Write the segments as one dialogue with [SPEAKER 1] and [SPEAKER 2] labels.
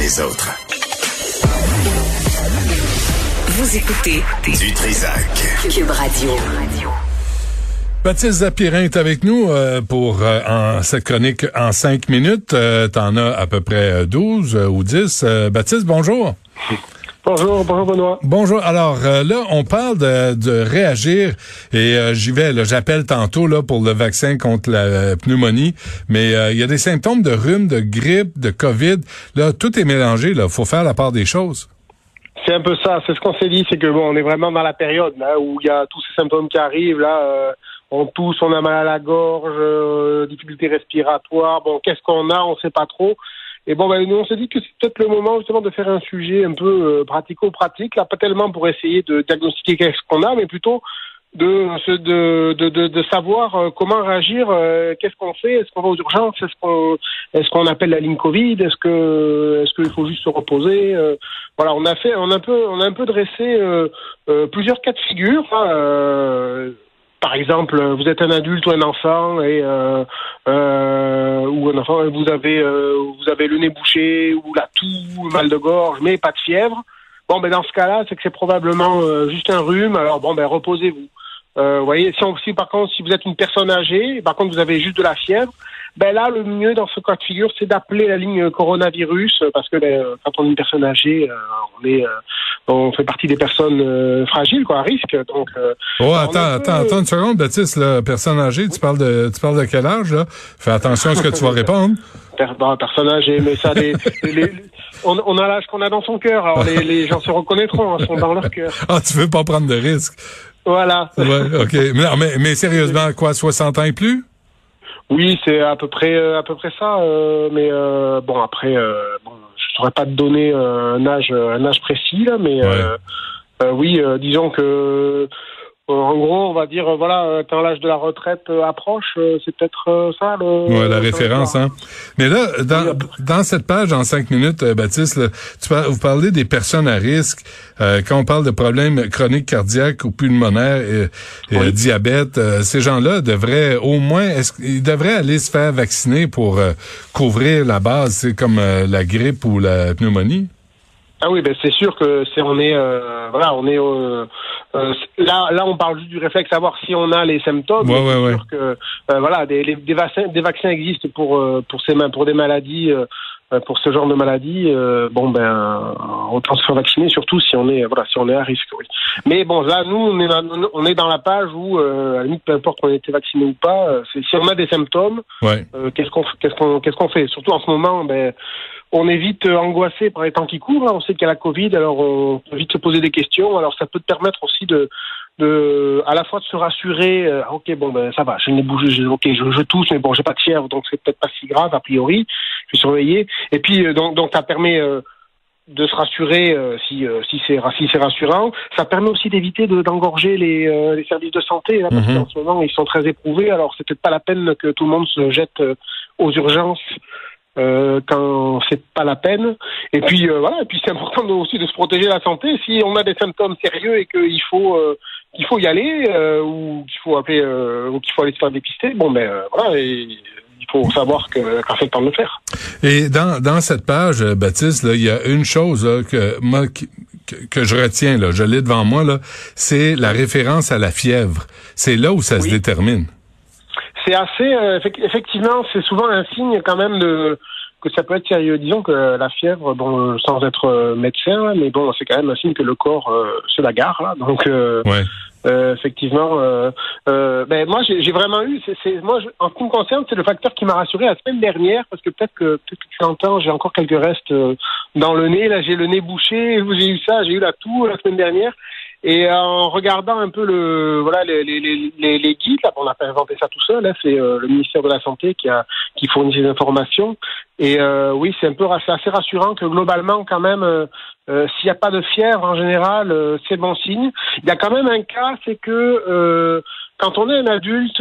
[SPEAKER 1] des autres.
[SPEAKER 2] Vous écoutez
[SPEAKER 1] Du Trisac.
[SPEAKER 2] Cube Radio.
[SPEAKER 3] Baptiste Zapirin est avec nous pour cette chronique en 5 minutes. T'en as à peu près 12 ou 10. Baptiste, bonjour.
[SPEAKER 4] Bonjour Benoît.
[SPEAKER 3] Bonjour. Alors là, on parle de réagir et j'y vais. Là, j'appelle tantôt là pour le vaccin contre la pneumonie, mais il y a des symptômes de rhume, de grippe, de COVID. Là, tout est mélangé. Là, faut faire la part des choses.
[SPEAKER 4] C'est un peu ça. C'est ce qu'on s'est dit, c'est que bon, on est vraiment dans la période là où il y a tous ces symptômes qui arrivent là. On tousse, on a mal à la gorge, difficultés respiratoires. Bon, qu'est-ce qu'on a? On sait pas trop. Et bon, nous, on s'est dit que c'est peut-être le moment justement de faire un sujet un peu pratico-pratique, là, pas tellement pour essayer de diagnostiquer qu'est-ce qu'on a, mais plutôt de savoir comment réagir, qu'est-ce qu'on fait, est-ce qu'on va aux urgences, est-ce qu'on appelle la ligne Covid, est-ce qu'il faut juste se reposer, voilà, on a un peu dressé plusieurs cas de figure. Par exemple, vous êtes un adulte ou un enfant et ou un enfant, vous avez le nez bouché ou la toux, mal de gorge, mais pas de fièvre. Bon, dans ce cas-là, c'est que c'est probablement juste un rhume. Alors reposez-vous. Voyez, si par contre, si vous êtes une personne âgée, par contre vous avez juste de la fièvre, là, le mieux dans ce cas de figure, c'est d'appeler la ligne coronavirus, parce que quand on est une personne âgée, on fait partie des personnes fragiles, à risque. Donc,
[SPEAKER 3] attends une seconde, Baptiste, là, personne âgée, oui. tu parles de quel âge, là? Fais attention à ce que tu vas répondre.
[SPEAKER 4] Personne âgée, mais ça, on a l'âge qu'on a dans son cœur. Alors, les gens se reconnaîtront, sont dans leur cœur.
[SPEAKER 3] Ah, tu veux pas prendre de risques?
[SPEAKER 4] Voilà.
[SPEAKER 3] Ouais, OK. Mais sérieusement, quoi, 60 ans et plus?
[SPEAKER 4] Oui, c'est à peu près ça. Après, je saurais pas te donner un âge précis là, mais oui, disons que en gros, on va dire quand l'âge de la retraite approche, c'est peut-être ça
[SPEAKER 3] la référence, hein. Mais là, dans cette page en 5 minutes, Baptiste, là, vous parlez des personnes à risque. Quand on parle de problèmes chroniques cardiaques ou pulmonaires, diabète, ces gens-là devraient ils devraient aller se faire vacciner pour couvrir la base, c'est comme la grippe ou la pneumonie.
[SPEAKER 4] Ah oui, c'est sûr que là on parle juste du réflexe, savoir si on a les symptômes. C'est sûr que des vaccins existent pour des maladies, pour ce genre de maladie. Autant se faire vacciner, surtout si on est à risque. Oui. Mais bon, là nous on est dans la page où à la limite peu importe qu'on ait été vacciné ou pas, si on a des symptômes, qu'est-ce qu'on fait? Surtout en ce moment, on est vite angoissé par les temps qui courent. Là. On sait qu'il y a la Covid, alors on peut vite se poser des questions. Alors ça peut te permettre aussi à la fois de se rassurer. Ça va, je n'ai bougé, je tousse, mais bon, j'ai pas de fièvre, donc c'est peut-être pas si grave a priori. Je vais surveiller. Et puis donc ça permet de se rassurer si c'est rassurant. Ça permet aussi d'éviter d'engorger les services de santé là, parce qu'en ce moment ils sont très éprouvés. Alors c'est peut-être pas la peine que tout le monde se jette aux urgences. Quand c'est pas la peine. Et puis et puis c'est important aussi de se protéger la santé. Si on a des symptômes sérieux et qu'il faut y aller ou qu'il faut appeler ou qu'il faut aller se faire dépister, il faut savoir quand c'est le temps de le faire.
[SPEAKER 3] Et dans cette page, Baptiste, là, il y a une chose là, que je retiens, là, je l'ai devant moi, là, c'est la référence à la fièvre. C'est là où ça se détermine.
[SPEAKER 4] C'est assez, effectivement, c'est souvent un signe quand même que ça peut être sérieux. Disons que la fièvre, sans être médecin, mais c'est quand même un signe que le corps se bagarre, là. Donc, effectivement, moi, j'ai vraiment eu, en ce qui me concerne, c'est le facteur qui m'a rassuré la semaine dernière, parce que peut-être que tu l'entends, j'ai encore quelques restes dans le nez. Là, j'ai le nez bouché, j'ai eu la toux la semaine dernière. Et en regardant un peu les guides, là, on n'a pas inventé ça tout seul, là, c'est le ministère de la Santé qui fournit ces informations. Et oui, c'est assez rassurant que globalement, quand même, s'il n'y a pas de fièvre en général, c'est bon signe. Il y a quand même un cas, c'est que quand on est un adulte,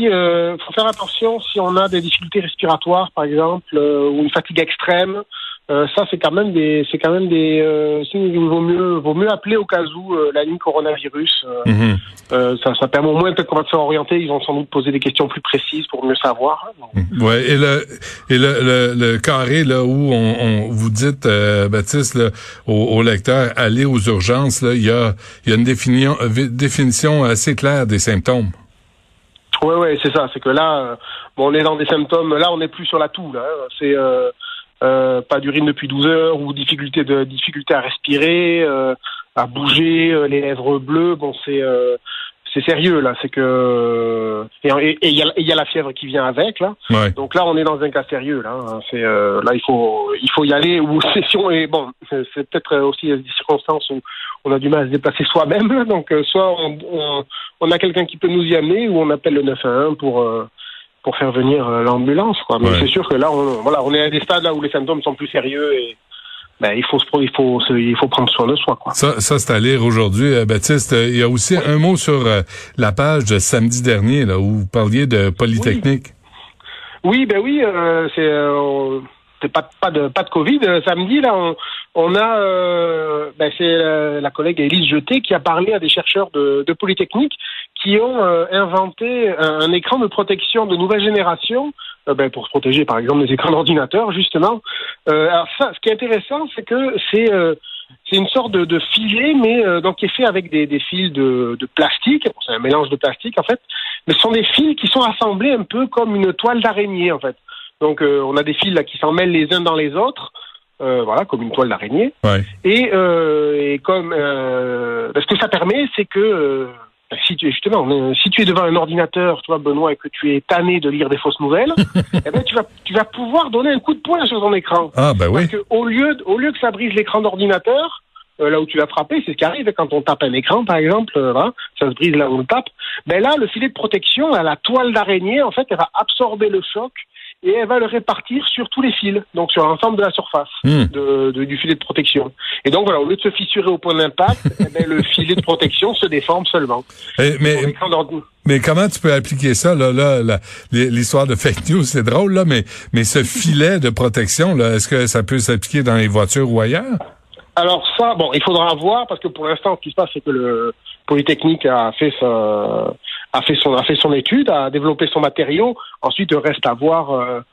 [SPEAKER 4] faut faire attention si on a des difficultés respiratoires, par exemple, ou une fatigue extrême. ça c'est quand même des il vaut mieux appeler au cas où la ligne coronavirus. Ça permet au moins peut-être qu'on va se faire orienter. Ils vont sans doute poser des questions plus précises pour mieux savoir.
[SPEAKER 3] Ouais, et le carré là où on vous dites Baptiste là, au lecteur, allez aux urgences là, il y a une définition assez claire des symptômes.
[SPEAKER 4] Ouais, c'est ça. C'est que là, on est dans des symptômes. Là, on n'est plus sur la toux. Là, c'est pas d'urine depuis 12 heures ou difficulté à respirer, à bouger, les lèvres bleues. Bon, c'est sérieux là. C'est que et il y a la fièvre qui vient avec là.
[SPEAKER 3] Ouais.
[SPEAKER 4] Donc là, on est dans un cas sérieux là. C'est là, il faut y aller. Ou session et bon, c'est peut-être aussi des circonstances où on a du mal à se déplacer soi-même. Là, donc soit on a quelqu'un qui peut nous y amener, ou on appelle le 911 pour faire venir l'ambulance, quoi. Mais c'est sûr que là, on est à des stades là où les symptômes sont plus sérieux et il faut prendre soin de soi, quoi. Ça
[SPEAKER 3] c'est à lire aujourd'hui, Baptiste. Il y a aussi un mot sur la page de samedi dernier là où vous parliez de Polytechnique.
[SPEAKER 4] Oui, c'est pas de Covid. Samedi là, on a c'est la collègue Élise Jeté qui a parlé à des chercheurs de Polytechnique qui ont inventé un écran de protection de nouvelle génération pour se protéger par exemple des écrans d'ordinateur justement. Alors ça, ce qui est intéressant, c'est que c'est une sorte de filet, mais donc qui est fait avec des fils de plastique. C'est un mélange de plastique en fait, mais ce sont des fils qui sont assemblés un peu comme une toile d'araignée en fait. Donc on a des fils là qui s'en mêlent les uns dans les autres, comme une toile d'araignée.
[SPEAKER 3] Ouais.
[SPEAKER 4] Et comme ce que ça permet, c'est que si tu es devant un ordinateur, toi Benoît, et que tu es tanné de lire des fausses nouvelles, tu vas pouvoir donner un coup de poing sur ton écran.
[SPEAKER 3] Ah oui.
[SPEAKER 4] Parce que au lieu que ça brise l'écran d'ordinateur, là où tu l'as frappé, c'est ce qui arrive quand on tape un écran, par exemple, ça se brise là où on le tape. Là, le filet de protection, la toile d'araignée, en fait, elle va absorber le choc et elle va le répartir sur tous les fils, donc sur l'ensemble de la surface du filet de protection. Et donc voilà, au lieu de se fissurer au point d'impact, le filet de protection se déforme seulement.
[SPEAKER 3] Mais comment tu peux appliquer ça là, l'histoire de fake news, c'est drôle là, mais ce filet de protection là, est-ce que ça peut s'appliquer dans les voitures ou ailleurs?
[SPEAKER 4] Alors ça, il faudra voir, parce que pour l'instant, ce qui se passe, c'est que le Polytechnique a fait son étude, a développé son matériau. Ensuite, il reste à voir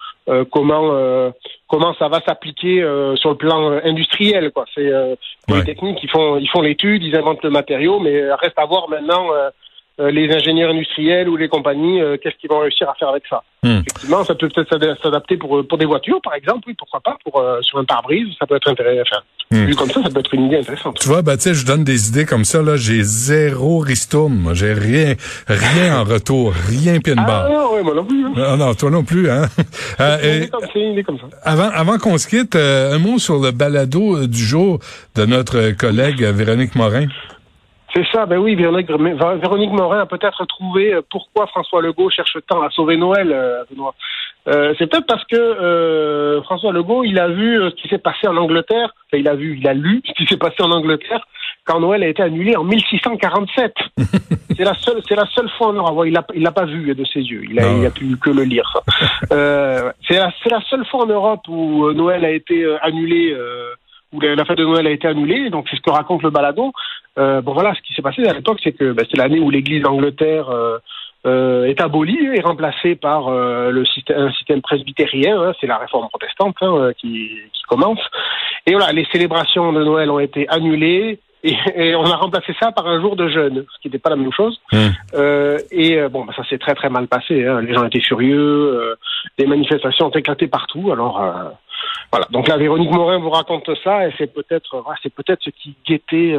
[SPEAKER 4] comment ça va s'appliquer sur le plan industriel, quoi. C'est Polytechnique, ils font l'étude, ils inventent le matériau, mais reste à voir maintenant les ingénieurs industriels ou les compagnies, qu'est-ce qu'ils vont réussir à faire avec ça. Effectivement, ça peut peut-être s'adapter pour des voitures, par exemple, oui, pourquoi pas, sur un pare-brise, ça peut être intéressant. Vu comme ça peut être une idée intéressante.
[SPEAKER 3] Tu vois, je donne des idées comme ça, là, j'ai zéro ristourne, moi, j'ai rien en retour, rien pied de barre.
[SPEAKER 4] Ah ouais, moi non plus. Hein.
[SPEAKER 3] Non, toi non plus, hein.
[SPEAKER 4] C'est une idée comme ça.
[SPEAKER 3] Avant qu'on se quitte, un mot sur le balado du jour de notre collègue Véronique Morin.
[SPEAKER 4] C'est ça, oui, Véronique Morin a peut-être trouvé pourquoi François Legault cherche tant à sauver Noël, Benoît. C'est peut-être parce que François Legault, il a vu ce qui s'est passé en Angleterre, il a lu ce qui s'est passé en Angleterre quand Noël a été annulé en 1647. C'est la seule fois en Europe. Il l'a pas vu de ses yeux. Il a pu que le lire, ça. C'est la seule fois en Europe où Noël a été annulé, où la fête de Noël a été annulée. Donc c'est ce que raconte le balado. Ce qui s'est passé à l'époque, c'est que c'est l'année où l'Église d'Angleterre est abolie et remplacée par un système presbytérien. C'est la réforme protestante qui commence. Et voilà, les célébrations de Noël ont été annulées et on a remplacé ça par un jour de jeûne, ce qui n'était pas la même chose. Ça s'est très très mal passé. Les gens étaient furieux, les manifestations ont éclaté partout. Alors voilà. Donc là, Véronique Morin vous raconte ça et c'est peut-être ce qui guettait.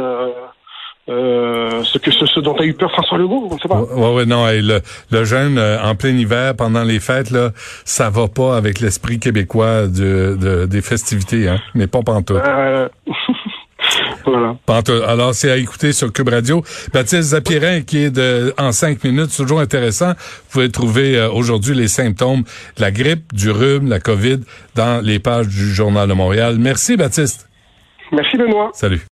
[SPEAKER 4] Ce dont a eu peur François Legault, on ne sait pas.
[SPEAKER 3] Le jeûne en plein hiver pendant les fêtes là, ça va pas avec l'esprit québécois des festivités, hein, mais pas pantoute.
[SPEAKER 4] Voilà.
[SPEAKER 3] Pantoute. Alors c'est à écouter sur Cube Radio. Baptiste Zapierin qui est en 5 minutes, c'est toujours intéressant. Vous pouvez trouver aujourd'hui les symptômes de la grippe, du rhume, la COVID dans les pages du Journal de Montréal. Merci Baptiste.
[SPEAKER 4] Merci Benoît.
[SPEAKER 3] Salut.